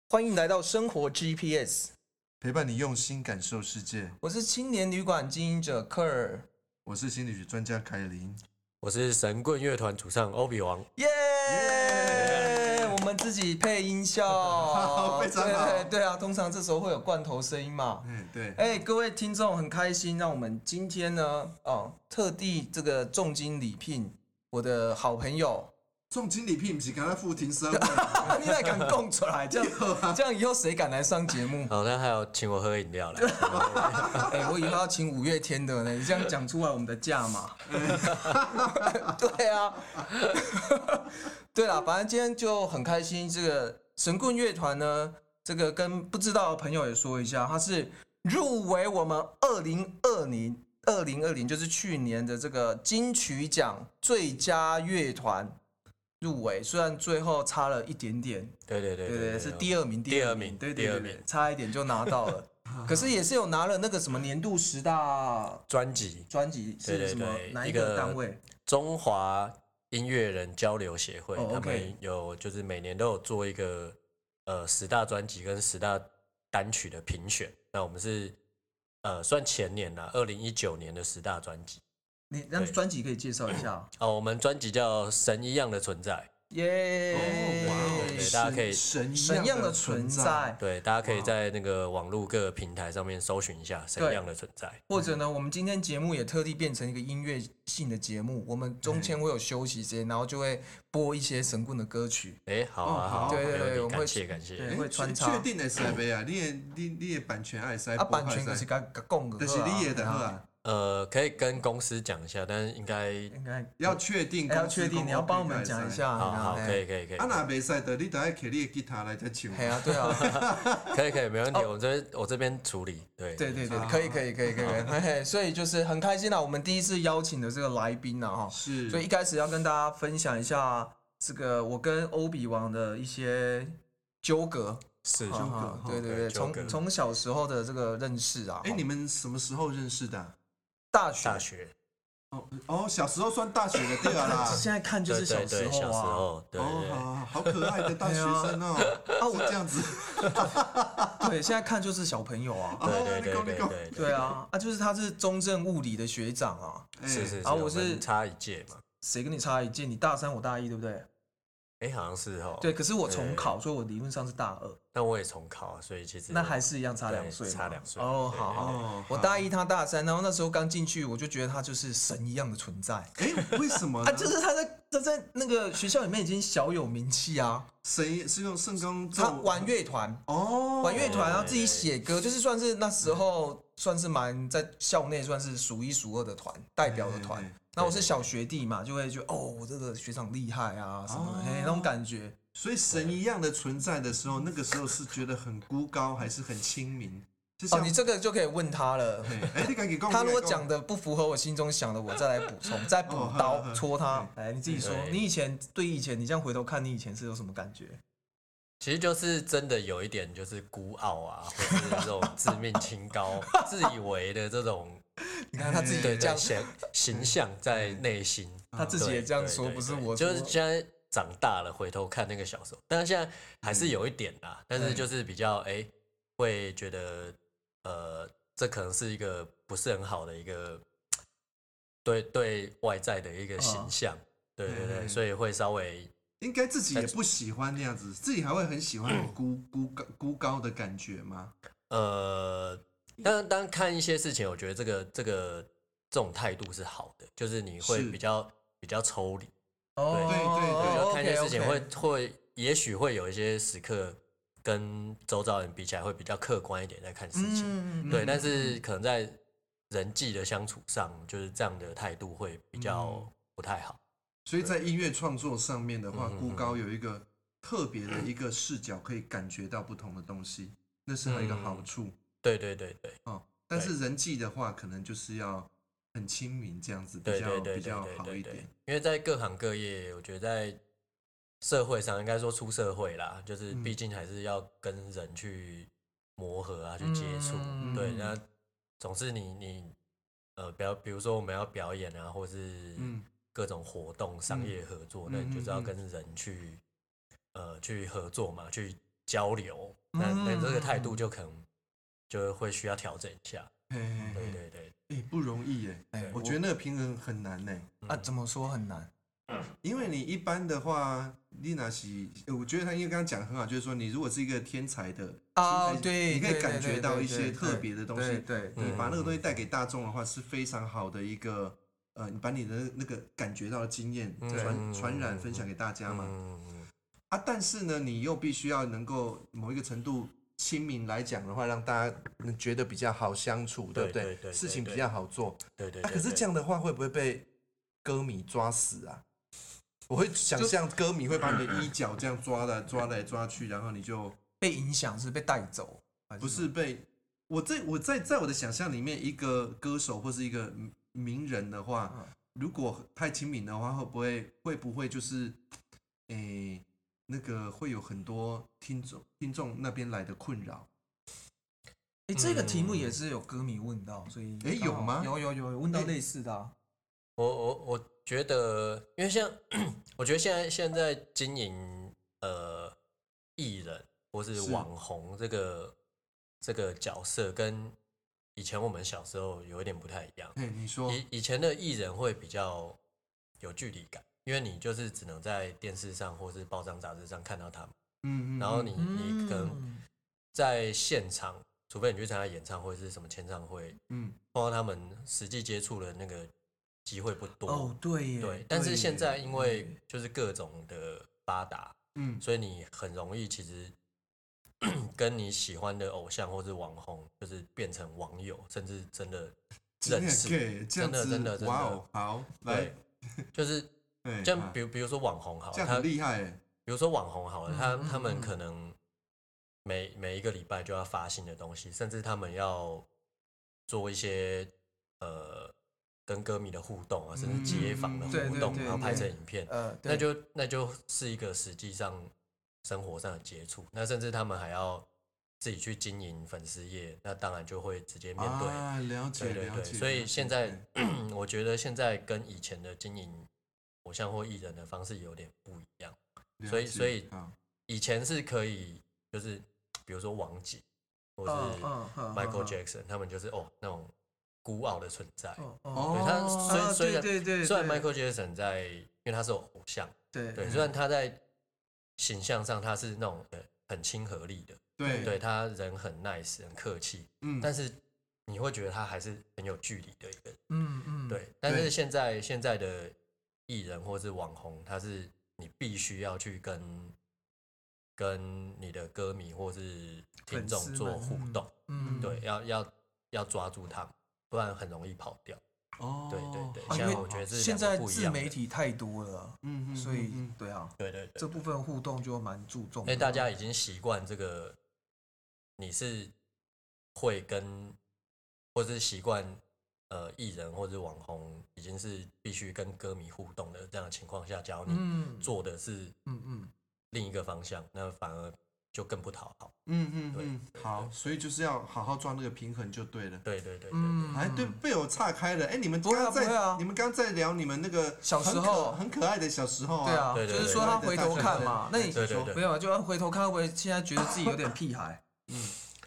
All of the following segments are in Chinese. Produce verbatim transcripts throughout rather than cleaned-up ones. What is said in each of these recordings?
欢迎来到生活 G P S， 陪伴你用心感受世界。 我是青年旅馆经营者科尔， 我是心理学专家凯琳， 我是神棍乐团主唱欧比王。 耶、yeah! ！我们自己配音效， 非常好。 对对啊，通常这时候会有罐头声音嘛。 嗯，对。 哎、欸，各位听众很开心，让我们今天呢，哦，特地这个重金礼聘我的好朋友。 重金礼聘不是刚才付庭生， 你哪敢供出来？这样这样以后谁敢来上节目？ 好，那还有请我喝饮料了。 哎、欸，我以后要请五月天的呢。你这样讲出来，我们的价码。对啊，对啦，反正今天就很开心。这个神棍乐团呢，这个跟不知道的朋友也说一下，它是入围我们二零二零二零二零，就是去年的这个金曲奖最佳乐团。入围，虽然最后差了一点点， 对对对对, 对, 对是第二名， 第二名， 对对对, 对, 对，差一点就拿到了。可是也是有拿了那个什么年度十大专辑， 专辑是什么？ 对对对哪一个单位？ 中华音乐人交流协会， 哦 okay、 他们有就是每年都有做一个呃十大专辑跟十大单曲的评选。那我们是呃算前年啦，二零一九年的十大专辑。 你让专辑可以介绍一下哦，我们专辑叫《神一样的存在》。 耶！ 哦，对，大家可以神一样的存在。 对，大家可以在那个网络各个平台上面搜寻一下“神一样的存在”。 或者呢，我们今天节目也特地变成一个音乐性的节目，我们中间会有休息时间，然后就会播一些神棍的歌曲。 哎，好啊，好， 对对对，我们会感谢感谢， 会穿插。 确定的是呗啊，你的你你的版权爱塞， 啊，版权就是甲甲讲的，就是你的的啊。 呃，可以跟公司讲一下，但是应该应该要确定， 要确定，你要帮我们讲一下。 好好，可以可以可以。 啊，那袂使的，你等下摕你的吉他来再唱。 系啊，对啊， 可以可以，没问题，我这边我这边处理。对对对对，可以可以可以可以，嘿嘿，所以就是很开心啊，我们第一次邀请的这个来宾啊，哈， 是， 所以一开始要跟大家分享一下这个我跟欧比王的一些纠葛。 是纠葛， 对对对，从从小时候的这个认识啊。 哎，你们什么时候认识的？ 大学， 大学， 哦哦，小时候算大学的对啦。 现在看就是小时候啊， 对对对小时候，对对对， 哦，好可爱的大学生哦。啊，我这样子。 对，现在看就是小朋友啊。 对对对对对。 对啊，啊，就是他是中正物理的学长啊。 是是是。 然后我是差一届嘛。 谁跟你差一届？你大三，我大一，对不对？ 哎，好像是哦。 对，可是我重考，所以我理论上是大二。 但我也重考啊，所以其实那还是一样差两岁， 差两岁。 哦，好好，我大一，他大三，然后那时候刚进去，我就觉得他就是神一样的存在。 哎，为什么？ 啊，就是他在他在那个学校里面已经小有名气啊。 神是用圣光， 他玩乐团哦， 玩乐团，然后自己写歌，就是算是那时候算是蛮在校内算是数一数二的团，代表的团。那我是小学弟嘛，就会觉得哦，我这个学长厉害啊什么的，嘿，那种感觉。 所以神一样的存在的时候，那个时候是觉得很孤高，还是很亲民？ 哦，你这个就可以问他了。 哎，你赶紧他如果讲的不符合我心中想的，我再来补充，再补刀戳他。来，你自己说，你以前对以前，你这样回头看你以前是有什么感觉？ 其实就是真的有一点就是孤傲啊，或者是这种自命清高、自以为的这种。 你看他自己也这样形象在内心， 他自己也这样说，不是我说。 就是现在长大了，回头看那个小时候，但是现在还是有一点啦，但是就是比较哎、欸，会觉得呃，这可能是一个不是很好的一个对对外在的一个形象，对对对，所以会稍微应该自己也不喜欢那样子，自己还会很喜欢孤孤高孤高的感觉吗？ 呃。当当看一些事情，我觉得这个这个这种态度是好的，就是你会比较比较抽离。 哦，对对对，看一些事情会会，也许会有一些时刻跟周遭人比起来会比较客观一点在看事情。 嗯、 对，但是可能在人际的相处上，就是这样的态度会比较不太好。 所以在音乐创作上面的话，孤高有一个特别的一个视角，可以感觉到不同的东西，那是有一个好处。嗯对对对对， 哦，但是人际的话，可能就是要很亲民这样子，比较比较好一点。 因为在各行各业，我觉得在社会上，应该说出社会啦，就是毕竟还是要跟人去磨合啊，去接触。 嗯、 对，那总是你你呃表，比如说我们要表演啊，或是各种活动、商业合作，那你就是要跟人去呃去合作嘛，去。 交流，那那这个态度就可能就会需要调整一下。 嘿嘿对嘿对对， 哎、欸，不容易耶。 哎我觉得那个平衡很难呢。 啊，怎么说很难？ 因为你一般的话，丽娜西，我觉得他因为刚刚讲得很好，就是说你如果是一个天才的啊，对， 你可以对感觉到一对对些特别的东西， 对对， 你把那个东西带给大众的话，是非常好的一个呃，你把你的那个感觉到的经验传传染分享给大家嘛。啊，但是呢，你又必须要能够某一个程度亲民来讲的话，让大家能觉得比较好相处，对不对？ 对对对事情比较好做。 对对。 啊，可是这样的话会不会被歌迷抓死啊？我会想象歌迷会把你的衣角这样抓来抓来抓去，然后你就被影响，是被带走， 不是被我在我在在我的想象里面，一个歌手或是一个名人的话，嗯、如果太亲民的话，会不会会不会就是诶、欸、那个会有很多听众听众那边来的困扰？ 哎、欸，这个题目也是有歌迷问到，所以哎、欸、有吗？ 有有有问到类似的、啊。 我我我觉得，因为像我觉得现在现在经营呃艺人或是网红这个这个角色，跟以前我们小时候有一点不太一样。 哎，你说以以前的艺人会比较有距离感，因为你就是只能在电视上或是报章杂志上看到他们， 嗯嗯， 然后你你可能在现场，除非你去参加演唱会是什么签唱会，嗯，碰到他们实际接触的那个机会不多哦，对耶， 对，但是现在因为就是各种的发达， 嗯， 所以你很容易其实跟你喜欢的偶像或是网红，就是变成网友，甚至真的认识，真的真的真的， 哇哦，好，来， 就是像比如比如说网红好了， 这样很厉害哎， 比如说网红好了，他他们可能每每一个礼拜就要发新的东西，甚至他们要做一些呃。跟歌迷的互动啊，甚至街访的互动，然后拍成影片，呃，那就那就是一个实际上生活上的接触。那甚至他们还要自己去经营粉丝页，那当然就会直接面对。 啊，了解， 对对对。所以现在我觉得现在跟以前的经营偶像或艺人的方式有点不一样。所以所以以前是可以，就是比如说王杰或是 Michael Jackson，他们就是哦那种。孤傲的存在，哦，对他虽虽然对对， 虽然 Michael Jackson 在，因为他是偶像， 对对，虽然他在形象上他是那种很亲和力的， 对， 对他人很 nice 很客气，嗯，但是你会觉得他还是很有距离的一个人， 嗯嗯， 对，但是现在现在的艺人或是网红，他是你必须要去跟跟你的歌迷或是听众做互动，嗯，对，要要要抓住他们。不然很容易跑掉。哦，对对对，现在我觉得是现在自媒体太多了，嗯嗯，所以对啊， 对对对， 这部分互动就蛮注重。 因为大家已经习惯这个，你是会跟，或是习惯呃艺人或者网红，已经是必须跟歌迷互动的这样的情况下，假如你做的是嗯嗯另一个方向，那反而。就更不讨好， 嗯嗯嗯，好，所以就是要好好抓那个平衡就对了。 对对对对对， 哎，对，被我岔开了。哎，你们刚刚在，你们刚刚在聊你们那个小时候很可爱的小时候啊，对啊，就是说他回头看嘛，那你对对对， 没有，就回头看，会不会现在觉得自己有点屁孩？嗯，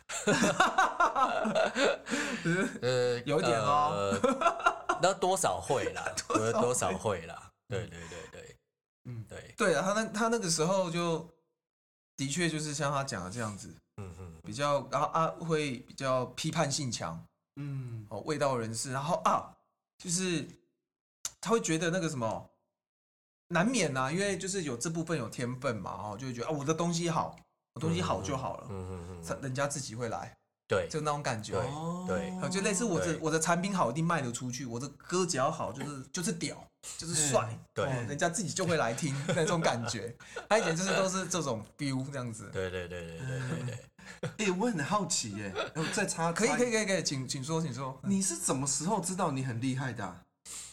呃，有点哦， 那多少会啦，多少会啦，对对对对，嗯对， 对啊，他那他那个时候就。的确就是像他讲的这样子，嗯嗯，比较然后啊会比较批判性强，嗯，哦卫道人士，然后啊就是他会觉得那个什么难免呐、啊，因为就是有这部分有天分嘛，哦就会觉得啊我的东西好，我东西好就好了，嗯嗯嗯，人家自己会来， 对， 就那种感觉， 对， 对，就类似我的我的产品好一定卖得出去，我的歌只要好就是就是屌。就是帅， 对、 哦，人家自己就会来听那种感觉。他以前就是都是这种 feel 这样子。 对对对对对对对。 哎、欸，我很好奇耶，我再插， 可以可以可以可以，请请说请说。 你是什么时候知道你很厉害的、啊？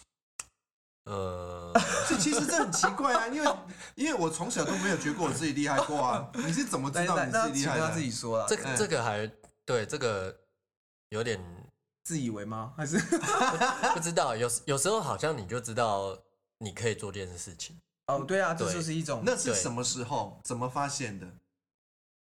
呃， 这其实这很奇怪啊，因为因为我从小都没有觉得我自己厉害过啊。你是怎么知道你自己厉害的、啊？ 他自己说了。 这个这个还对这个有点。 自以为吗？还是不知道？有有时候好像你就知道你可以做这件事情。 哦，对啊，这就是一种。 那是什么时候？怎么发现的？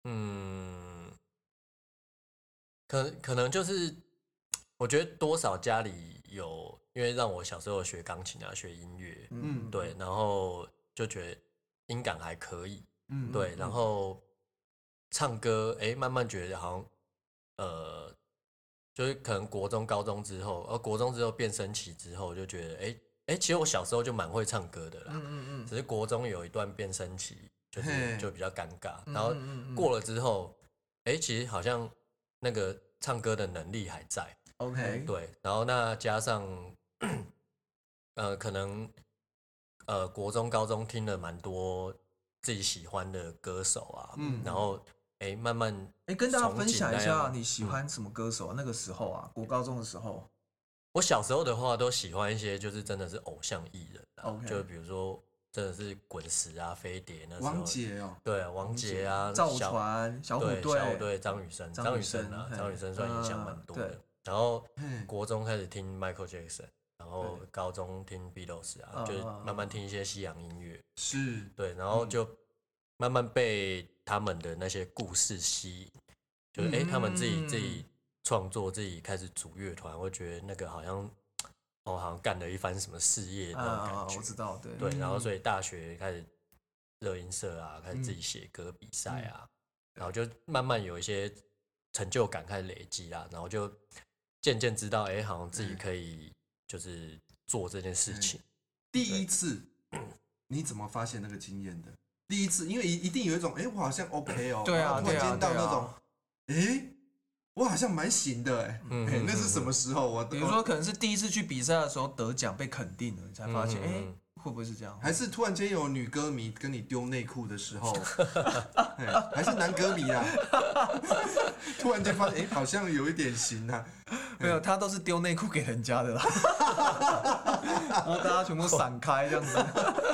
嗯，可可能就是我觉得多少家里有，因为让我小时候学钢琴啊，学音乐，嗯，对，然后就觉得音感还可以，嗯，对，然后唱歌，哎、欸，慢慢觉得好像，呃，就是可能国中、高中之后，而国中之后变声期之后，就觉得，哎、欸，哎、欸，其实我小时候就蛮会唱歌的啦，嗯嗯嗯，只是国中有一段变声期，就是就比较尴尬，然后过了之后，哎、欸，其实好像那个唱歌的能力还在 ，OK， 对，然后那加上，呃，可能呃国中、高中听了蛮多自己喜欢的歌手啊，嗯，然后哎、欸、慢慢哎、欸、跟大家分享一下你喜欢什么歌手啊？嗯、那个时候啊，国高中的时候， 我小时候的话都喜欢一些就是真的是偶像艺人啊， okay. 就比如说真的是滚石啊、飞碟那时候， 王杰哦， 对，王杰啊， 赵传、小虎队、 小虎队、张雨生、张雨生啊，张雨生算影响蛮多的。然后国中开始听 Michael Jackson。然后高中听 Beatles 啊，就慢慢听一些西洋音乐， 是对，然后就慢慢被他们的那些故事吸引，就是哎、欸，他们自己自己创作，自己开始组乐团，会觉得那个好像哦，好像干了一番什么事业那种感觉。 啊、我知道，对对，然后所以大学开始热音社啊，开始自己写歌比赛啊，然后就慢慢有一些成就感开始累积啦，然后就渐渐知道，哎、欸，好像自己可以。就是做这件事情。 第一次你怎么发现那个经验的？第一次，因为一定有一种，哎、欸，我好像 OK 哦， 对啊， 突然间到那种，哎、欸，我好像蛮行的、欸，哎、嗯欸，那是什么时候？我比如说，可能是第一次去比赛的时候得奖被肯定了，你才发现，哎、嗯欸，会不会是这样？ 还是突然间有女歌迷跟你丢内裤的时候，还是男歌迷啊？突然间发现，哎、欸，好像有一点行啊。 没有，他都是丢内裤给人家的啦，然后大家全部闪开这样子。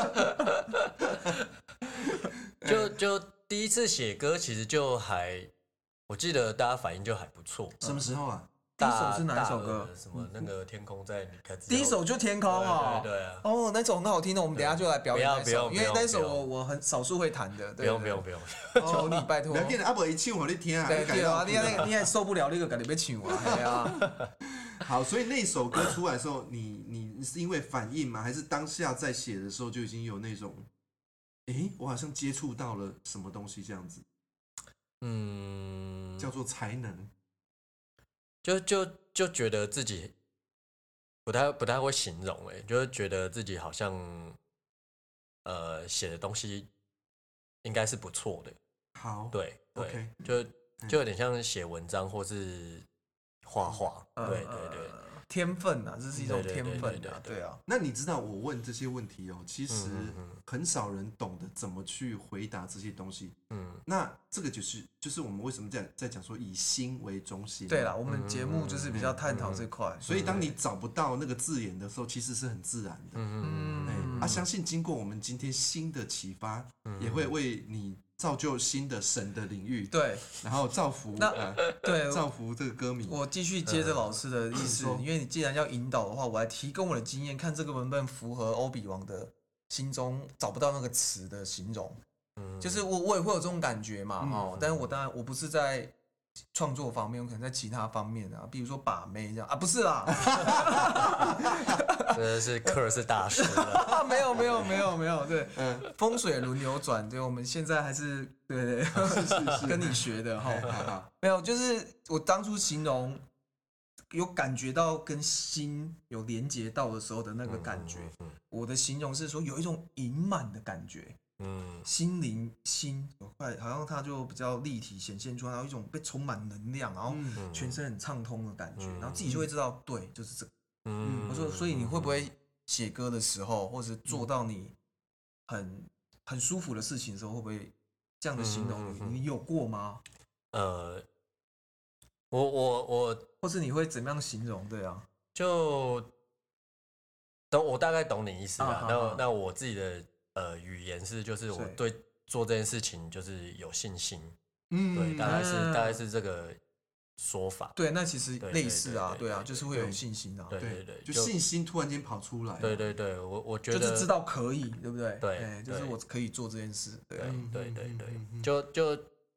就就第一次写歌，其实就还，我记得大家反应就还不错。 什么时候啊？ 第一首是哪一首歌？ 什么那个天空在你开始。 第一首就天空啊， 对对啊。 哦，那首很好听的，我们等一下就来表演那首，因为那首我我很少数会弹的。 不用不用不用， 求你拜托。 不要紧，阿伯一唱我你听啊。 对对啊，你那个你还受不了那个，感觉被唱啊，对啊。 好，所以那首歌出来的时候，你你是因为反应吗？还是当下在写的时候就已经有那种，哎、欸，我好像接触到了什么东西这样子？嗯，叫做才能。 就就就觉得自己不太不太会形容，哎，就是觉得自己好像呃写的东西应该是不错的。 好， 对对， okay. 就就有点像写文章或是画画，对对对。 呃天分啊，这是一种天分啊，对啊。 那你知道我问这些问题哦，其实很少人懂得怎么去回答这些东西。嗯，那这个就是就是我们为什么在在讲说以心为中心。 对啦，我们节目就是比较探讨这块、嗯， 所以当你找不到那个字眼的时候，其实是很自然的。嗯嗯，啊，相信经过我们今天新的启发，嗯、也会为你造就新的神的领域。 对， 然后造福那、呃、对造福这个歌迷。 我继续接着老师的意思，嗯、因为你既然要引导的话，我来提供我的经验，看这个能不能符合欧比王的心中找不到那个词的形容。嗯、就是我我也会有这种感觉嘛，嗯、哦，但是我当然我不是在创作方面，我可能在其他方面啊，比如说把妹这样啊，不是啦， 这是克是大师了， 没有没有没有没有，对，嗯，风水轮流转，对，我们现在还是对对，是是是跟你学的哈，没有，就是我当初形容有感觉到跟心有连接到的时候的那个感觉，嗯嗯嗯、我的形容是说有一种盈满的感觉。嗯，心灵心有块，好像它就比较立体显现出来，然后一种被充满能量，然后全身很畅通的感觉，嗯、然后自己就会知道，对，就是这个。嗯，我说，所以你会不会写歌的时候，或者做到你很很舒服的事情的时候，会不会这样的形容你？嗯、你有过吗？ 呃，我我我， 或是你会怎么样形容？对啊， 就懂，我大概懂你意思啦。啊、那、啊、那我自己的。呃，语言是就是我对做这件事情就是有信心，嗯，对，大概是、嗯、大概是这个说法。 对，那其实类似啊，对啊，就是会有信心啊， 对对对， 就信心突然间跑出来。 对对对，我我觉得就是知道可以，对不对？ 对， 就是我可以做这件事。 对对对对，就就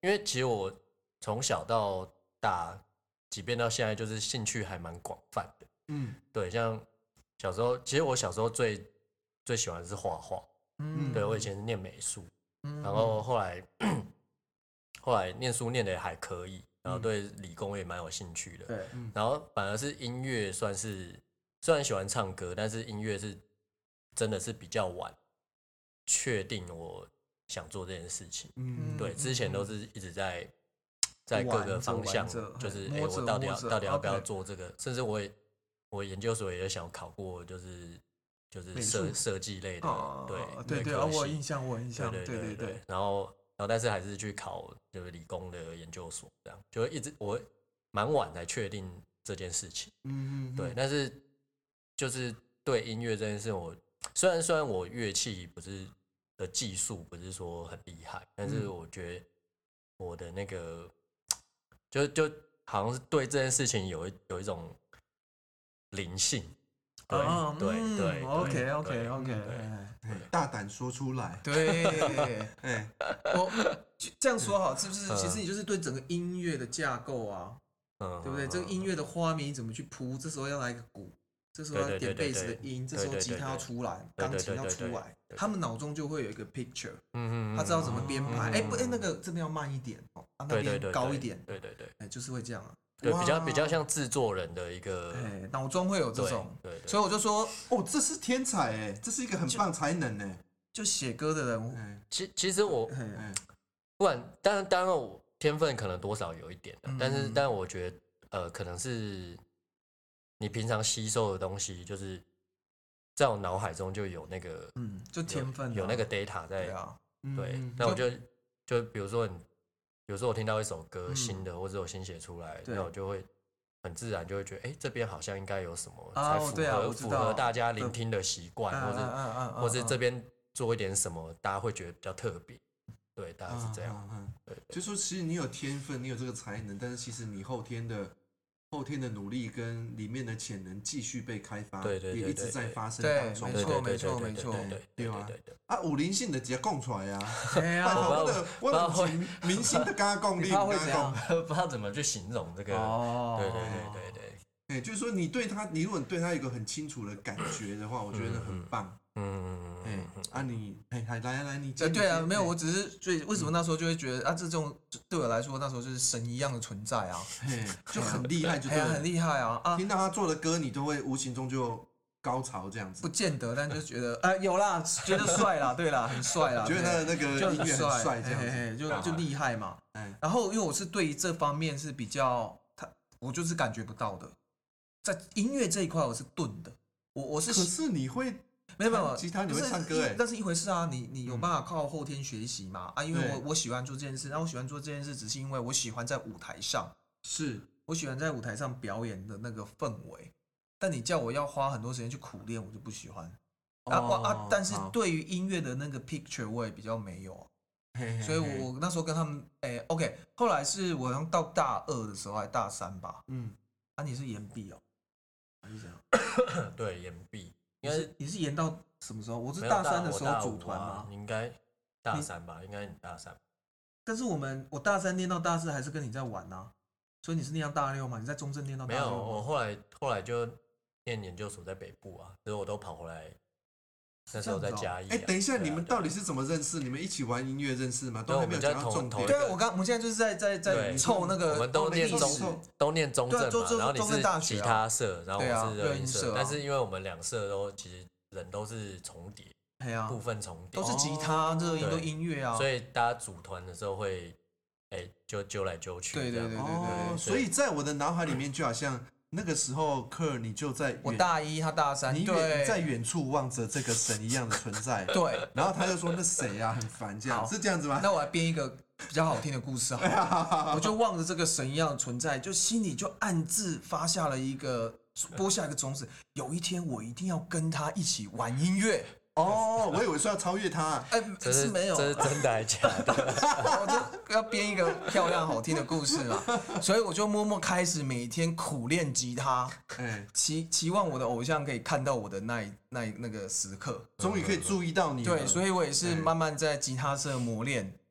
因为其实我从小到大，即便到现在，就是兴趣还蛮广泛的。嗯，对，像小时候，其实我小时候最最喜欢的是画画。嗯，对我以前是念美术，嗯、然后后来后来念书念的也还可以，然后对理工也蛮有兴趣的。对，嗯、然后反而是音乐算是虽然喜欢唱歌，但是音乐是真的是比较晚确定我想做这件事情。嗯，对，之前都是一直在在各个方向，就是哎、欸，我到底要到底要不要做这个？ Okay. 甚至我也我研究所也想考过，就是就是设设计类的， 哦、对对对，我有印象，我有印象，对对 对, 对, 对。 然后然后但是还是去考就是理工的研究所，这样就一直我蛮晚才确定这件事情。嗯嗯，对，但是就是对音乐这件事，我虽然虽然我乐器不是的技术不是说很厉害，但是我觉得我的那个就就好像是对这件事情有一有一种灵性。对、哦、对对、嗯、对 ，OK OK OK， 大胆说出来。 对，哎，我这样说好，是不是？其实你就是对整个音乐的架构啊，嗯、对不对？这个音乐的画面你怎么去铺？这时候要来一个鼓，这时候要点贝斯的音，这时候吉他要出来，钢琴要出来，他们脑中就会有一个 picture， 嗯嗯，他知道怎么编排。哎、嗯，不，哎，那个这边要慢一点哦，啊、那边高一点， 对对对， 哎，就是会这样啊。 对，比较比较像制作人的一个， 哎，脑中会有这种， 对，对， 所以我就说， 哦，这是天才哎，这是一个很棒才能哎， 就写歌的人， 其其实我，不然，当然当然我天分可能多少有一点的，嗯、但是但是我觉得，呃，可能是你平常吸收的东西，就是在我脑海中就有那个， 嗯，就天分、啊、 有, 有那个 data 在， 对啊， 对，嗯、那我就就比如说你。有时候我听到一首歌、嗯、新的，或者我新写出来，那我就会很自然就会觉得，哎、欸，这边好像应该有什么才符合、 哦啊、 符合大家聆听的习惯，或者、啊啊、或是这边做一点什么，大家会觉得比较特别。对，大概是这样。啊啊啊、对, 对， 就说其实你有天分，你有这个才能，但是其实你后天的后天的努力跟里面的潜能继续被开发， 对对对， 也一直在发生当中。 没错没错没错， 对吧？啊，有灵性的直接讲出来啊！ 对啊， 我的我的明星的跟他讲，你他会怎样？不知道怎么去形容这个。哦，对对对对对。 哎，就是说你对他，你如果你对他有一个很清楚的感觉的话，我觉得很棒。嗯嗯嗯。啊，你哎，来来来，你对啊，没有，我只是所以为什么那时候就会觉得啊，这种对我来说那时候就是神一样的存在啊， 就很厉害，就对， 很厉害啊！啊， 听到他做的歌，你都会无形中就高潮这样子。 不见得，但就觉得啊，有啦，觉得帅啦，对啦，很帅啦， 觉得他的那个音乐很帅，这样子， 就就厉害嘛。然后因为我是对于这方面是比较，他我就是感觉不到的，在音乐这一块我是钝的，我我是。 可是你会。 没有没有， 吉他你会唱歌哎， 那是一回事啊。你你有办法靠后天学习嘛？啊，因为我我喜欢做这件事，然后我喜欢做这件事，只是因为我喜欢在舞台上， 是我喜欢在舞台上表演的那个氛围。但你叫我要花很多时间去苦练，我就不喜欢。啊、哦、啊！但是对于音乐的那个 picture 我也比较没有，嘿嘿嘿，所以我那时候跟他们哎、欸、，OK， 后来是我好像到大二的时候还大三吧，嗯，啊你是延毕哦，还是怎样？ 对，延毕。 你是你是延到什么时候？我是大三的时候组团吗？ 啊、应该大三吧，应该你大三。 但是我们我大三念到大四还是跟你在玩啊，所以你是念到大六嘛？你在中正念到大六吗？ 没有，我后来后来就念研究所在北部啊，所以我都跑回来。那时候在嘉义、啊。 哎、欸，等一下，啊、你们到底是怎么认识？你们一起玩音乐认识吗？都还没有讲到重点。 对啊，我刚我们现在就是在在在凑那个， 我们都念中都念中正嘛，然后你是吉他社，然后我是热音社，但是因为我们两社都其实人都是重叠，部分重叠， 都是吉他、热音、都音乐啊， 所以大家组团的时候会，哎，就揪来揪去， 对对对对对。所以在我的脑海里面，就好像。那个时候，克你就在我大一，他大三， 你远在远处望着这个神一样的存在。 对， 然后他就说：“那谁啊，很烦，这样是这样子吗？” 那我来编一个比较好听的故事啊！我就望着这个神一样的存在，就心里就暗自发下了一个播下一个种子，有一天我一定要跟他一起玩音乐。 哦，我以为说要超越他， 哎、欸， 这是没有， 这是真的还是假的？ 我就要编一个漂亮好听的故事嘛，所以我就默默开始每天苦练吉他，欸、期期望我的偶像可以看到我的那一那一那個時刻， 終於可以注意到你。 對，所以我也是慢慢在吉他社磨練。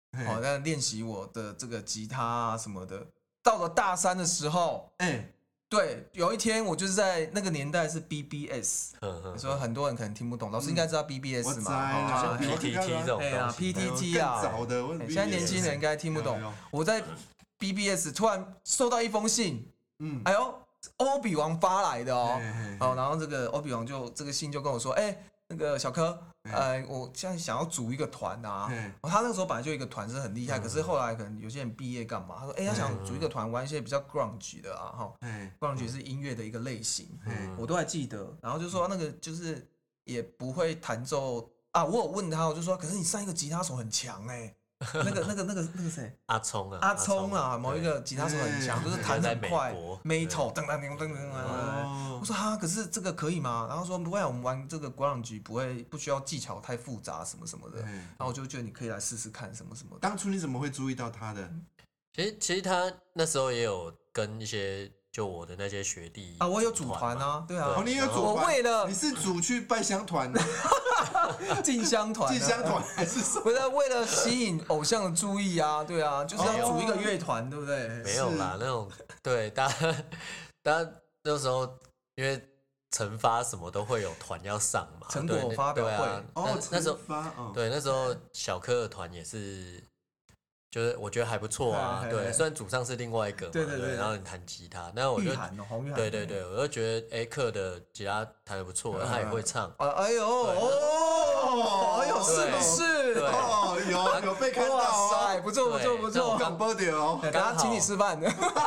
好，在练习我的这个吉他啊什么的。到了大三的时候，哎、欸，对，有一天我就是在那个年代是 B B S， 所以很多人可能听不懂，老师应该知道 B B S 嘛， 啊 P T T 这种东西 ，P T T 啊， 早的， 现在年轻人应该听不懂。我在 B B S 突然收到一封信，嗯，哎呦，欧比王发来的哦，哦，然后这个欧比王就这个信就跟我说，哎、欸，那个小柯。呃，我现在想要组一个团啊，他那个时候本来就一个团是很厉害，可是后来可能有些人毕业干嘛，他说，哎、欸，他想组一个团玩一些比较 grunge 的啊，哈 ，grunge 是音乐的一个类型，我都还记得，然后就说那个就是也不会弹奏啊，我有问他，我就说，可是你上一个吉他手很强哎、欸。那个、那个、那个、那个谁？ 阿聪啊， 阿聪啊，某一个吉他手很强，就是弹很快 ，metal 噔噔噔噔噔。我说哈，可是这个可以吗？然后说不会，我们玩这个 grunge 不会不需要技巧太复杂什么什么的。然后我就觉得你可以来试试看什么什么的。 当初你怎么会注意到他的？ 其实其实他那时候也有跟一些。就我的那些学弟啊，我有组团啊，对啊， 哦，你有组团， 我为了你是组去拜香团、 进香团、 进香团还是什么？ 不是为了吸引偶像的注意啊，对啊，就是要组一个乐团，对不对？ 没有啦，那种对大家，大家那时候因为惩罚什么都会有团要上嘛， 成果发表会， 啊、 哦， 那时候、 哦、 对那时候小科的团也是。就是我觉得还不错啊，嘿嘿嘿对，虽然主唱是另外一个嘛， 对对 对, 对， 然後你彈吉他，那我就， 哦、 對對對，我就覺得 A 課的吉他彈得不錯，他也會唱， 哎呦，哦，哎呦，是不是？ 哦，有有被看到， 哇塞，不錯不錯不錯， 廣播的哦， 等下請你吃飯。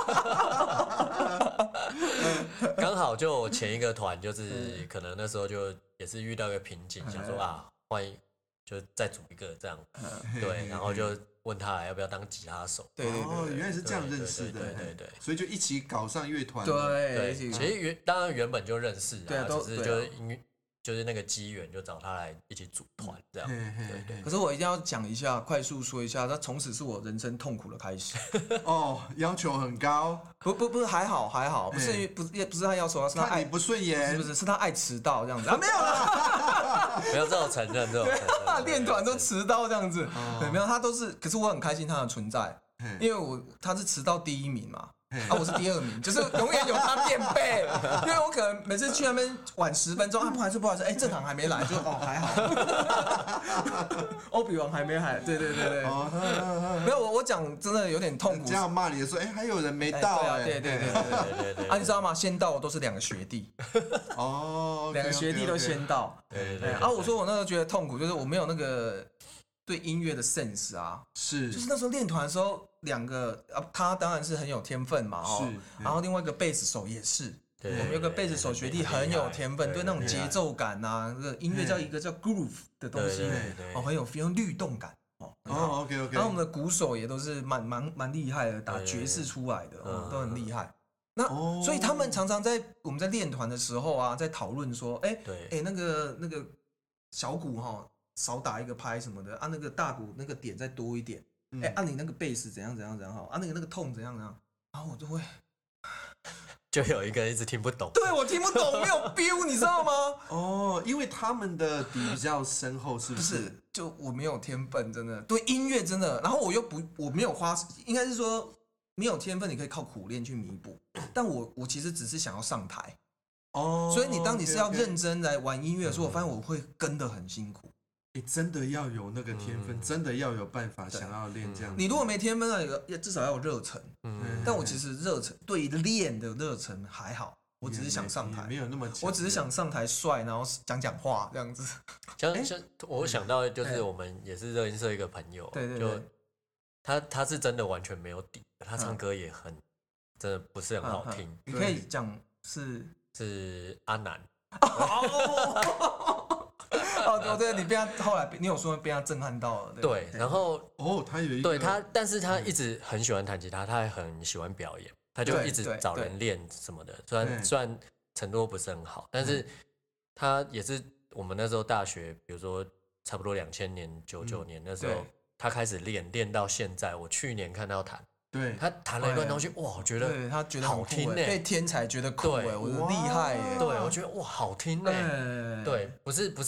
剛好就前一個團就是可能那時候就也是遇到一個瓶頸，想說啊，歡迎就再組一個這樣，對，然後就。問他要不要當吉他手？ 對對對， 哦，原來是這樣認識的， 對對對， 所以就一起搞上樂團。 對對，其實原當然原本就認識啊，只是就是音樂就是那個機緣就找他來一起組團這樣。對對。 可是我一定要講一下，快速說一下，他從此是我人生痛苦的開始。 哦，要求很高。 不不不是，還好還好，不是不也不是他要求，是他愛你不順眼， 是不是是他愛遲到這樣子啊？沒有啦， 沒有這種承認，這種承認。 練團都遲到這樣子，對，沒有他都是，可是我很開心他的存在，因為我他是遲到第一名嘛。啊，我是第二名，就是永遠有他墊背，因為我可能每次去那邊晚十分鐘，啊，不好意思，不好意思，哎、欸，正行還沒來，就哦還好，歐比王還沒來，對對對對，沒有我我講真的有點痛苦， 這樣罵你的時候，哎、欸，還有人沒到、欸， 哎，對對對對對對對，啊，你知道嗎？先到的都是兩個學弟，哦，兩個學弟都先到，對對對，啊，我說我那時候覺得痛苦，就是我沒有那個對音樂的 sense 啊， 是， 就是那時候練團的時候。兩個啊，他當然是很有天分嘛，哦，然後另外一個貝斯手也是，我們有個貝斯手學弟很有天分，對那種節奏感啊，這個音樂叫一個叫 groove 的東西，哦，很有 feel， 律動感，哦， 哦 ，OK OK， 然後我們的鼓手也都是蠻蠻蠻厲害的，打爵士出來的，哦，都很厲害。那所以他們常常在我們在練團的時候啊，在討論說，哎哎，那個那個小鼓哈少打一個拍什麼的啊，那個大鼓那個點再多一點。哎、欸，按、啊、你那個貝斯怎樣怎樣怎樣好，啊那個那個痛怎樣怎樣，然後我就會， 就有一個一直聽不懂， 對我聽不懂，沒有 feel， 你知道嗎？ 哦，因為他們的底比較深厚，是不是？不是，就我沒有天分，真的，對音樂真的，然後我又不，我沒有花，應該是說沒有天分，你可以靠苦練去彌補，但我我其實只是想要上台，哦，所以你當你是要認真來玩音樂的時候，我發現我會跟得很辛苦。 你真的要有那個天分，嗯、真的要有辦法想要練這樣子。 你如果沒天分啊，也至少要有熱忱。嗯，但我其實熱忱對於練的熱忱還好，我只是想上台， 沒有那麼強。 我只是想上台帥，然後講講話這樣子。 像像我想到就是我們也是熱音社一個朋友， 對對對，他他是真的完全沒有底，他唱歌也很真的不是很好聽。 你可以講是是阿南。 哦，對，你被他後來，你有說被他震撼到了。 對，然後哦，他有一個對他，但是他一直很喜歡彈吉他，他還很喜歡表演，他就一直找人練什麼的。雖然雖然程度不是很好，但是他也是我們那時候大學，比如說差不多兩千年、九九年那時候，他開始練，練到現在。我去年看到彈。對，他彈了一段東西，哇，我覺得他覺得好聽誒， 被天才覺得酷誒，我說厲害誒， 對，我覺得哇好聽誒，對，不是不是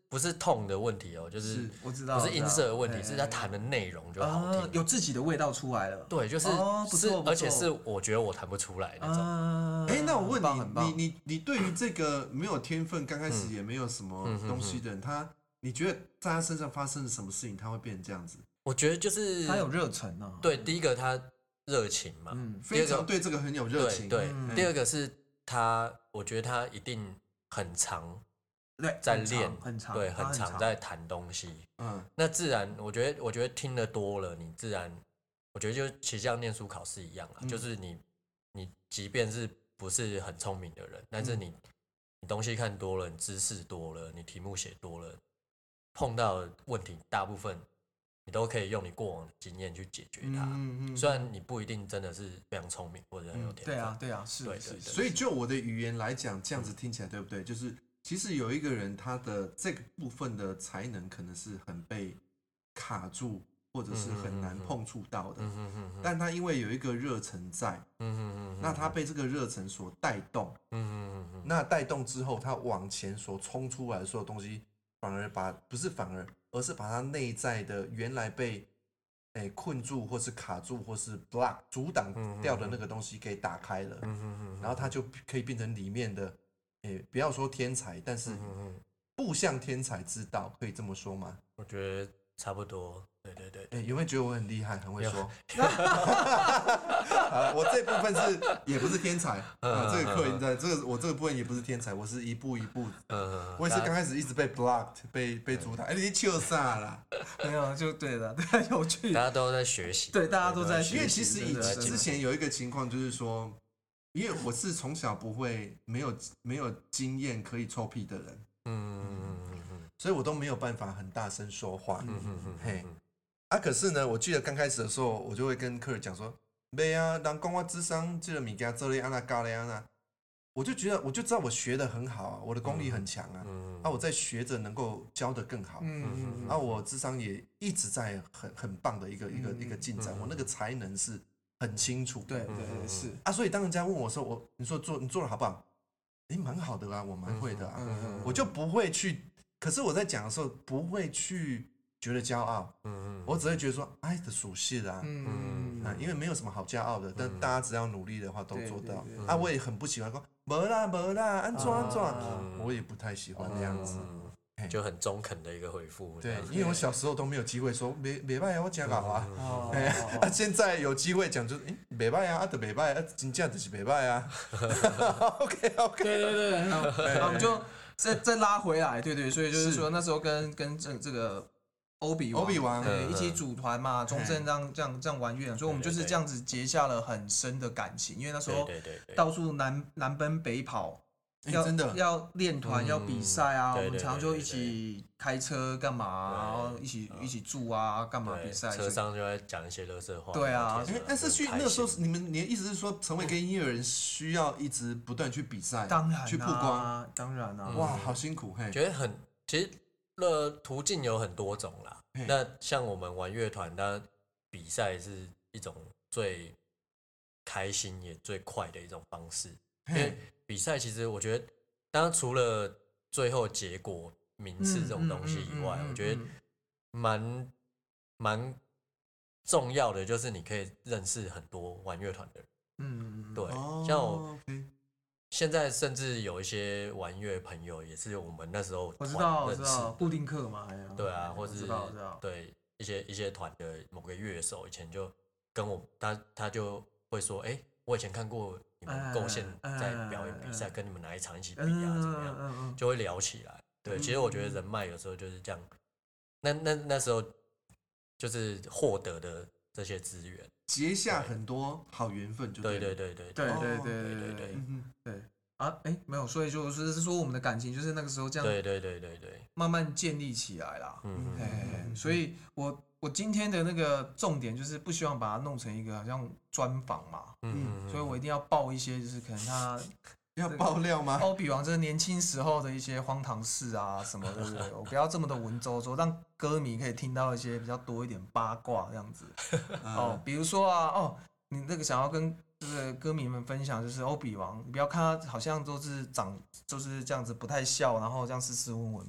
不是痛的问题哦，就是我知道不是音色的问题，是他弹的内容就好听， 有自己的味道出来了。 对，就是是，而且是我觉得我弹不出来那种。 哎，那我问你，你你你对于这个没有天分，刚开始也没有什么东西的人，他你觉得在他身上发生了什么事情，他会变成这样子？ 我觉得就是他有热忱啊。 对，第一个他热情嘛， 非常对这个很有热情。 对，第二个是他，我觉得他一定很常在练， 很长， 对，很常在弹东西。嗯，那自然，我觉得，我觉得听得多了，你自然，我觉得就其实像念书考试一样啊，就是你，你即便是不是很聪明的人，但是你，你东西看多了，你知识多了，你题目写多了，碰到的问题大部分你都可以用你过往的经验去解决它。嗯嗯。虽然你不一定真的是非常聪明或者很有天分。 对啊，对啊，是。对是。 所以就我的语言来讲，这样子听起来对不对？就是。其实有一个人，他的这个部分的才能可能是很被卡住，或者是很难碰触到的。但他因为有一个热忱在，那他被这个热忱所带动，那带动之后，他往前所冲出来的所有东西，反而把不是反而，而是把他内在的原来被诶困住，或是卡住，或是 block 阻挡掉的那个东西给打开了，然后他就可以变成里面的。欸、不要说天才，但是不像天才之道，可以这么说吗？ 我觉得差不多。对对对， 欸、有没有觉得我很厉害，很会说？我这部分是也不是天才啊，这个课应在这个我这个部分也不是天才，我是一步一步，我也是刚开始一直被 blocked， 被被阻挡。哎、欸，你笑啥啦？ 没有，就对了，对，有趣。 大家都在学习， 对，大家都在学习。 因为其实以之前有一个情况就是说。因为我是从小不会没有没有经验可以臭屁的人，嗯，所以我都没有办法很大声说话，嗯嗯嗯，嘿，啊，可是呢，我记得刚开始的时候，我就会跟客人讲说，没啊，人讲我智商这个物件做咧安那教咧安那，我就觉得我就知道我学得很好啊，我的功力很强啊，嗯、啊，我在学着能够教得更好，嗯啊，我智商也一直在很很棒的一个一个一个进展，我那个才能是。很清楚， 对对对是啊，所以当人家问我说我你说做你做的好不好？哎，蛮好的啊，我蛮会的啊，嗯嗯嗯我就不会去，可是我在讲的时候不会去觉得骄傲，嗯嗯我只会觉得说爱的属性啊，嗯啊，因为没有什么好骄傲的，但大家只要努力的话都做到啊，我也很不喜欢说没啦没啦，安怎安怎，我也不太喜欢那样子。 就很中肯的一个回复， 对，因为我小时候都没有机会说没没办法，我讲好啊，啊，现在有机会讲就是，哎，没办啊，啊，就没办啊，真正就是没办啊。OK OK， 对对对，那我们就再再拉回来，对对，所以就是说那时候跟跟这这个欧比欧比王一起组团嘛，中正这样这样这样玩乐，所以我们就是这样子结下了很深的感情，因为那时候到处南南奔北跑。要、欸、真的要练团、嗯、要比赛啊，我们常常就一起开车干嘛，然后一起一起住啊，干嘛比赛？ 车上就会讲一些垃圾话。 对啊， 欸、但是去那个时候，你们你的意思是说，成为一个音乐人需要一直不断去比赛， 当然、啊、 去曝光， 当然啊， 哇，好辛苦，嘿， 觉得很，其实的途径有很多种啦。那像我们玩乐团，那比赛是一种最开心也最快的一种方式，因为。比赛其实我觉得，当然除了最后结果名次这种东西以外，我觉得蛮蛮重要的就是你可以认识很多玩乐团的人。嗯，对，像我现在甚至有一些玩乐朋友也是我们那时候我知道我知道固定课嘛， 对啊，或是对一些一些团的某个乐手，以前就跟我他他就会说，哎、欸，我以前看过。你们贡献在表演比赛，跟你们哪一场一起比啊？怎么样？就会聊起来。对，其实我觉得人脉有时候就是这样。那那那时候就是获得的这些资源， 结下很多好缘分，就对对对对对对对对对对对啊！哎，没有，所以就是是说我们的感情就是那个时候这样， 对对对对对， 慢慢建立起来啦。嗯嗯，所以我。我今天的那个重点就是不希望把它弄成一个好像专访嘛，嗯，所以我一定要爆一些就是可能他要爆料吗？ 欧比王这年轻时候的一些荒唐事啊什么，对不对？我不要这么的文绉绉，让歌迷可以听到一些比较多一点八卦这样子。哦，比如说啊，哦，你那个想要跟这个歌迷们分享，就是欧比王，你不要看他好像都是长就是这样子不太笑，然后这样斯斯文文嘛。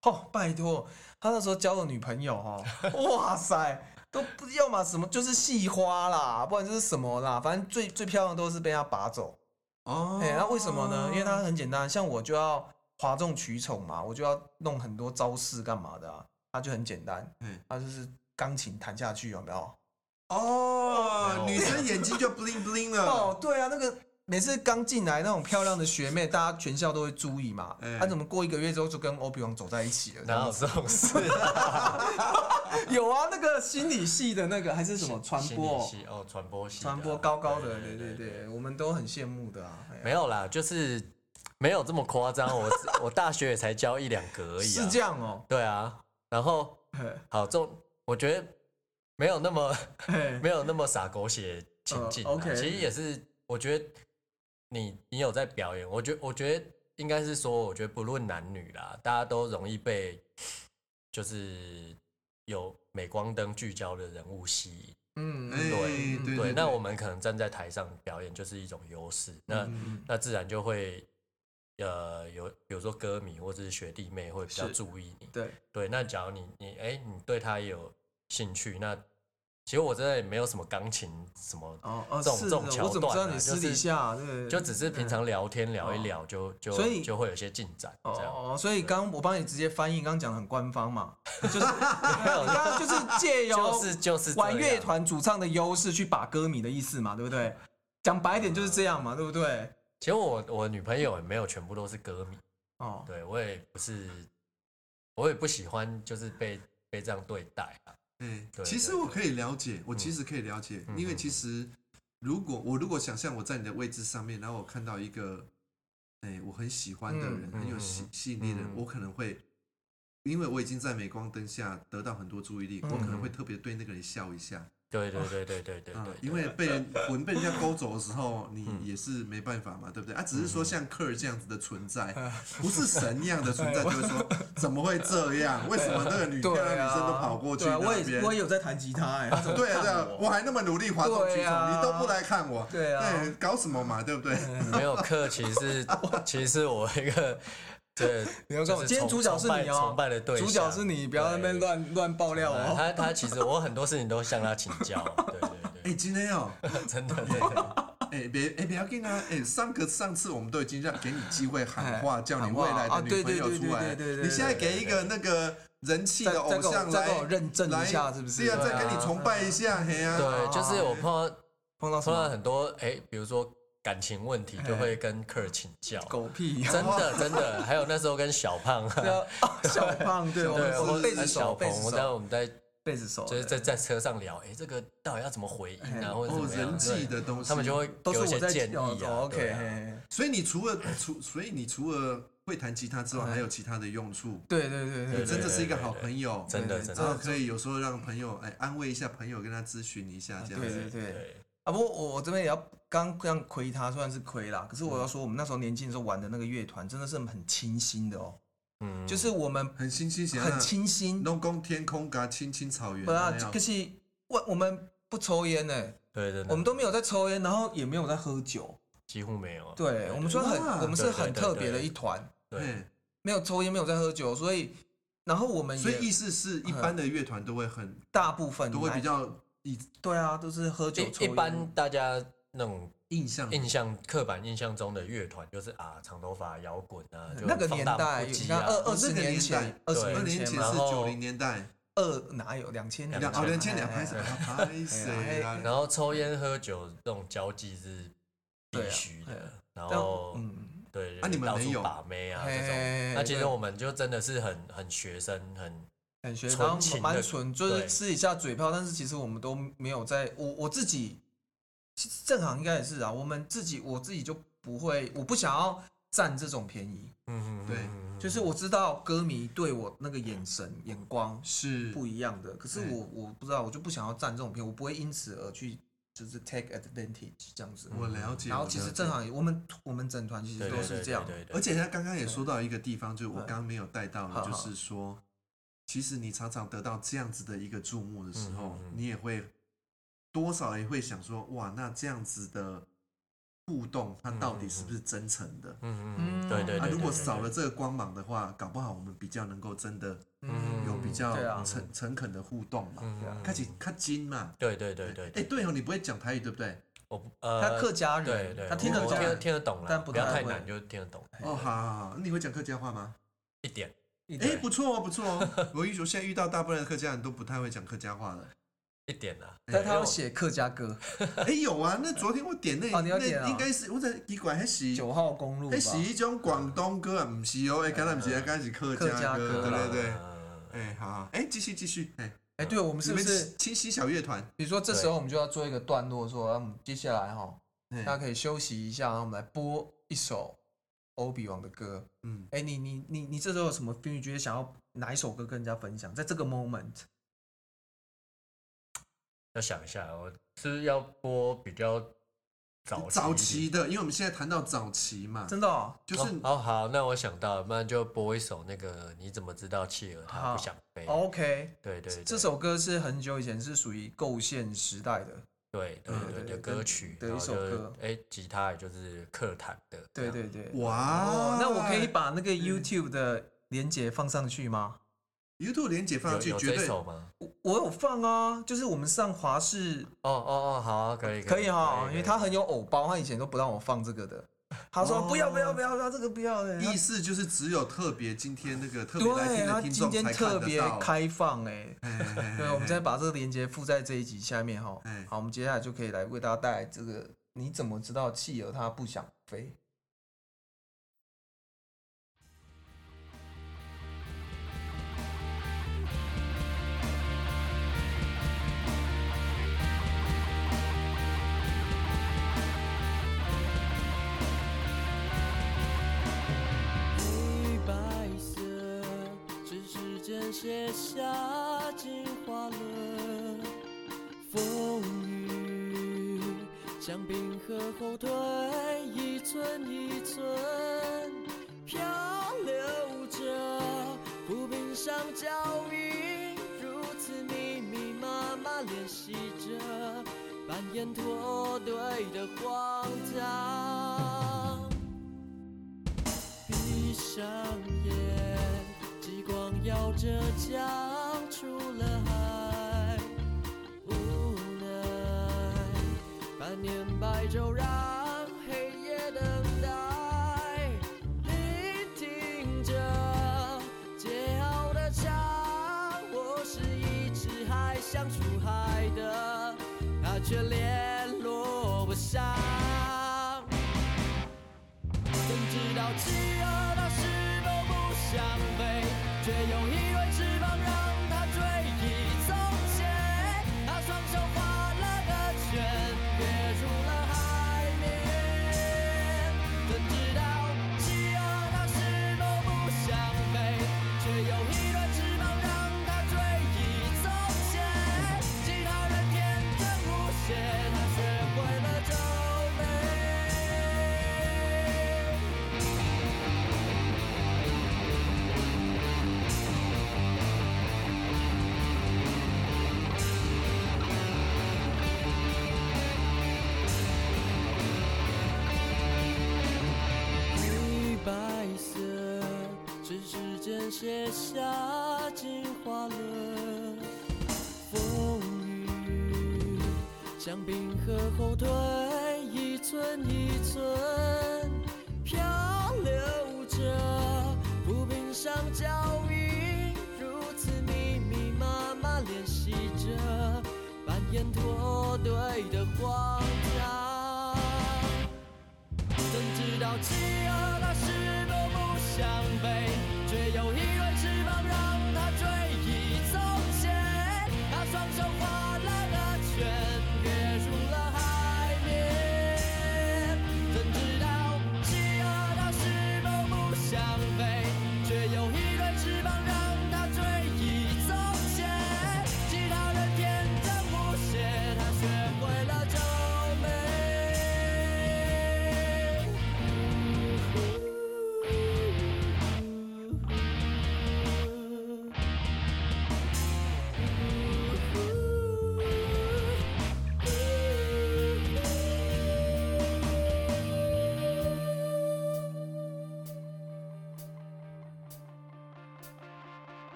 哦，拜托，他那时候交的女朋友哦，哇塞，都不要嘛什么就是系花啦，不然就是什么啦，反正最最漂亮的都是被他拔走。 哦， 哎，那为什么呢？因为他很简单，像我就要哗众取宠嘛，我就要弄很多招式干嘛的啊，他就很简单，他就是钢琴弹下去有没有？ 哦，女生眼睛就 bling bling 了。 哦，对啊，那个每次刚进来那种漂亮的学妹，大家全校都会注意嘛。他、欸啊、怎么过一个月之后就跟欧比王走在一起了？ 哪有这种事、啊？ 有啊，那个心理系的那个还是什么传播系哦，传播系传播高高的，对对 对, 对, 對，我们都很羡慕的啊。 没有啦，就是没有这么夸张。我我大学也才教一两个而已、啊。 是这样哦。 对啊，然后好，这我觉得没有那么没有那么洒狗血情境、呃 okay。其实也是，我觉得你你有在表演，我觉我觉得应该是说，我觉得不论男女啦，大家都容易被就是有镁光灯聚焦的人物吸引。 嗯， 对、欸、对, 对, 对，那我们可能站在台上表演就是一种优势，那、嗯、那自然就会呃有比如说歌迷或者是学弟妹会比较注意你。 对对，那假如你你哎、欸、你对他也有兴趣，那其实我真的也没有什么钢琴什么这种、哦哦、这种桥段、啊， 我怎么知道你私底下、就是、 就只是平常聊天聊一聊就、哦、就所以就会有些进展这样。 哦，所以刚我帮你直接翻译，刚刚讲的很官方嘛，就是你刚刚就是借由就是就是玩乐团主唱的优势去把歌迷的意思嘛，对不对？讲白一点就是这样嘛，对不对？ 其实我我女朋友也没有全部都是歌迷哦， 对我也不是，我也不喜欢就是被被这样对待啊。 欸、其实我可以了解，我其实可以了解，嗯、因为其实如果我如果想象我在你的位置上面，然后我看到一个，哎、欸，我很喜欢的人，嗯、很有吸吸引力的人，嗯、我可能会，因为我已经在镁光灯下得到很多注意力，嗯、我可能会特别对那个人笑一下。 对对对对对对对， 因为被人魂被人家勾走的时候，你也是没办法嘛，对不对？啊，只是说像克尔这样子的存在，不是神一样的存在，就会说怎么会这样？为什么那个女漂亮女生都跑过去那边？ 我也我也有在弹吉他哎， 对啊对啊，我还那么努力哗众取宠，你都不来看我， 对啊， 对，搞什么嘛，对不对？ 没有克，其实其实是我一个。对， 你要跟我今天主角是你哦， 崇拜的对象， 主角是你，不要在那边乱乱爆料哦。 他他其实我很多事情都向他请教，对对对。 哎，今天哦， 真的真的。 哎别哎不要紧啊，哎上个上次我们都已经让给你机会喊话，叫你未来的女朋友出来，你现在给一个那个人气的偶像来认证一下，是不是？ 对啊，再跟你崇拜一下，嘿啊。 对，就是我碰到碰到碰到很多哎，比如说。感情问题就会跟克尔请教， 狗屁， 真的真的，还有那时候跟小胖， 小胖对，我们贝斯手， 小鹏，我在我们在贝斯手， 就是在在车上聊，哎，这个到底要怎么回应啊，或者怎么样？ 人际的东西， 他们就会给我一些建议啊。 OK， 所以你除了除，所以你除了会弹吉他之外，还有其他的用处。 对对对对， 你真的是一个好朋友， 真的真的可以有时候让朋友哎安慰一下朋友，跟他咨询一下这样子。 对对对。啊，不过我我这边也要刚这样亏他，虽然是亏啦，可是我要说，我们那时候年轻的时候玩的那个乐团真的是很清新的哦，嗯，就是我们很清新， 很清新， 龙宫天空嘎青青草原， 对啊，可是我我们不抽烟呢， 对对， 我们都没有在抽烟，然后也没有在喝酒， 几乎没有， 对我们说很，我们是很特别的一团， 对， 没有抽烟，没有在喝酒，所以然后我们所以意思是一般的乐团都会很大部分都会比较。 对啊，都是喝酒抽烟。 一般大家那种印象、 印象、刻板印象中的乐团，就是啊，长头发摇滚啊， 那个年代，你看二二十年前，二十年前是九零年代， 二哪有两千年？ 哦，两千两拍谁？拍谁？ 然后抽烟喝酒这种交际是必须的，然后嗯，对， 啊，你们没有把妹啊这种，那其实我们就真的是很很学生很。 很学生，蛮纯，就是私底下嘴炮，但是其实我们都没有在。我我自己，正行应该也是啊。我们自己，我自己就不会，我不想要占这种便宜。 嗯嗯，对， 就是我知道歌迷对我那个眼神眼光是不一样的，可是我我不知道，我就不想要占这种便宜，我不会因此而去就是 take advantage 这样子。 我了解。 然后其实正行，我们我们整团其实都是这样。 而且他刚刚也说到一个地方，就是我刚刚没有带到的，就是说。其实你常常得到这样子的一个注目的时候，嗯嗯嗯你也会多少也会想说，哇，那这样子的互动，它到底是不是真诚的？ 嗯嗯，对对对。 啊，如果少了这个光芒的话，搞不好我们比较能够真的有比较诚诚恳的互动嘛，开始较真嘛。 对对对对。 哎，对哦，你不会讲台语对不对？ 我呃， 他客家人， 对对， 他听得听听得懂但不要太难就听得懂。 哦，好好好，你会讲客家话吗？ 一点。 哎，不错哦，不错哦。我我现在遇到大部分的客家人都不太会讲客家话了。 一点啊， 但他要写客家歌。 哎，有啊，那昨天我点那哦，你要点啊？应该是我在奇怪，还是九号公路吧？ 还是一种广东歌啊？不是哦，哎，刚才不是，刚才是客家歌，对对对。哎，好好，哎，继续继续，哎。 哎，对，我们是不是清溪小乐团？ 比如说这时候我们就要做一个段落，说，嗯，接下来哈，大家可以休息一下，然后我们来播一首欧比王的歌。嗯，哎，你你你你这时候有什么 feel？ 你觉得想要哪一首歌跟人家分享？在这个 moment， 要想一下，我是要播比较早早期的，因为我们现在谈到早期嘛， 真的哦， 就是哦好，那我想到，不然就播一首那个你怎么知道企鹅它不想飞 ？OK， 对对， 这首歌是很久以前是属于构陷时代的， 对对对的歌曲的一首歌， 哎，吉他也就是克弹的， 对对对， 哇， 那我可以把那个 YouTube 的连结放上去吗 ？YouTube 连结放上去， 绝对有吗？ 我有放啊，就是我们上华视。 哦哦哦，好啊，可以可以哈，因为他很有偶包，他以前都不让我放这个的。他说不要不要不要不要这个不要的， 意思就是只有特别今天那个特别来听的听众才看得到。 对，他今天特别开放哎，对，我们再把这个连结附在这一集下面哈。好，我们接下来就可以来为大家带来这个，你怎么知道企鹅它不想飞？ 写下进化了风雨，像冰河后退，一寸一寸漂流着，浮冰上脚印，如此密密麻麻练习着，扮演脱队的荒唐。闭上眼，极光耀着江出了海，无奈半年白昼让黑夜等待，聆听着桀骜的枪，我是一只还想出海的，它却联络不上。怎知道企鹅它是都不想飞，却有一对翅膀让它追忆从前，它双手画了个圈，跃入了海面。怎知道企鹅它是都不想飞，却有一对翅膀让它追忆从前，其他人天真无邪，它学会了皱眉。写下进化了风雨，像冰河后退，一寸一寸漂流着，浮冰上脚印，如此密密麻麻练习着，扮演脱队的荒唐。怎知道企鹅它是都不想飞，却有一对翅膀让它追忆从前，它双手画了个圈，跃入了海面。怎知道企鹅它是都不想飞，却有一对翅膀让它追忆从前，其他人天真无邪，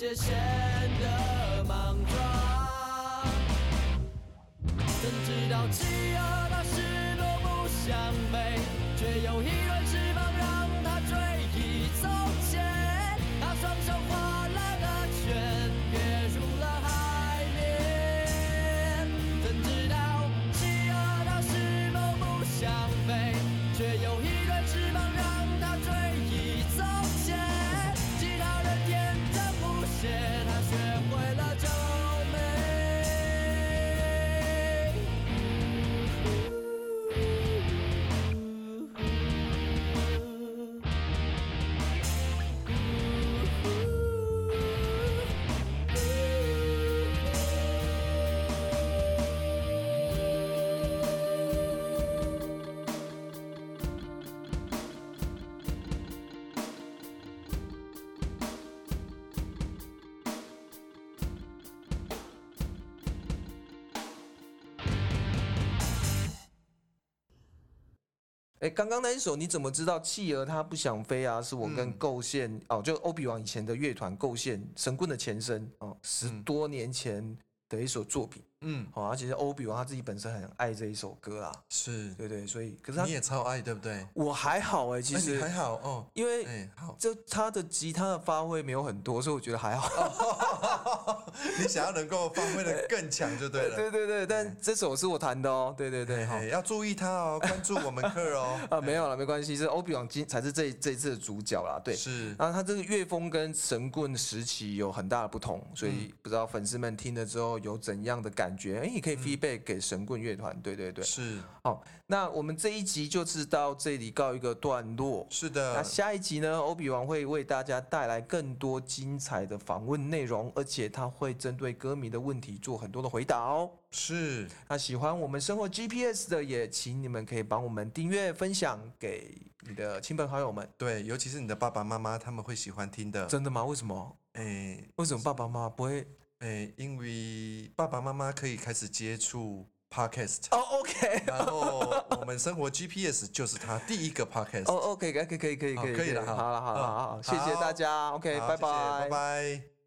界显得莽撞。怎知道企鹅它是多不想飞，却有一对翅膀让它追忆从前。它双手画了个圈，跃入了海面。怎知道企鹅它是多不想飞，却有一对翅膀让它追忆从前。其他人天真无邪，它学会了皱眉。 哎，刚刚那一首你怎么知道企鹅它不想飞啊？是我跟构宪、嗯、哦，就欧比王以前的乐团构宪神棍的前身哦，十多年前的一首作品。嗯，好、哦，而且是欧比王他自己本身很爱这一首歌啊， 是， 对对，所以可是他你也超爱，对不对？ 我还好哎、欸，其实、 欸、你还好哦， 因为哎、欸、好， 就他的吉他的发挥没有很多，所以我觉得还好。 你想要能够发挥的更强就对了。 对对对，但这首是我弹的哦，对对对， 欸、要注意他哦，关注我们课哦。 啊，没有了，没关系，是欧比王今才是这这一次的主角啦，对， 是。 然后他这个乐风跟神棍时期有很大的不同，所以不知道粉丝们听了之后有怎样的感觉？哎、欸，也可以 feedback 给神棍乐团，对对对， 是。 好，那我们这一集就是到这里告一个段落。 是的。 那下一集呢，欧比王会为大家带来更多精彩的访问内容，而且他会针对歌迷的问题做很多的回答哦。 是。 那喜欢我们生活 G P S 的，也请你们可以帮我们订阅、分享给你的亲朋好友们。 对，尤其是你的爸爸妈妈，他们会喜欢听的。 真的吗？为什么？哎、欸，为什么爸爸妈妈不会？ 哎、欸，因为爸爸妈妈可以开始接触 podcast 哦、oh, ，OK， 然后我们生活 G P S 就是他第一个 podcast 哦、oh, ，OK， 可以可以可以可以可以了， 好了好了好了好，谢谢大家 ，OK， 拜拜， 拜拜。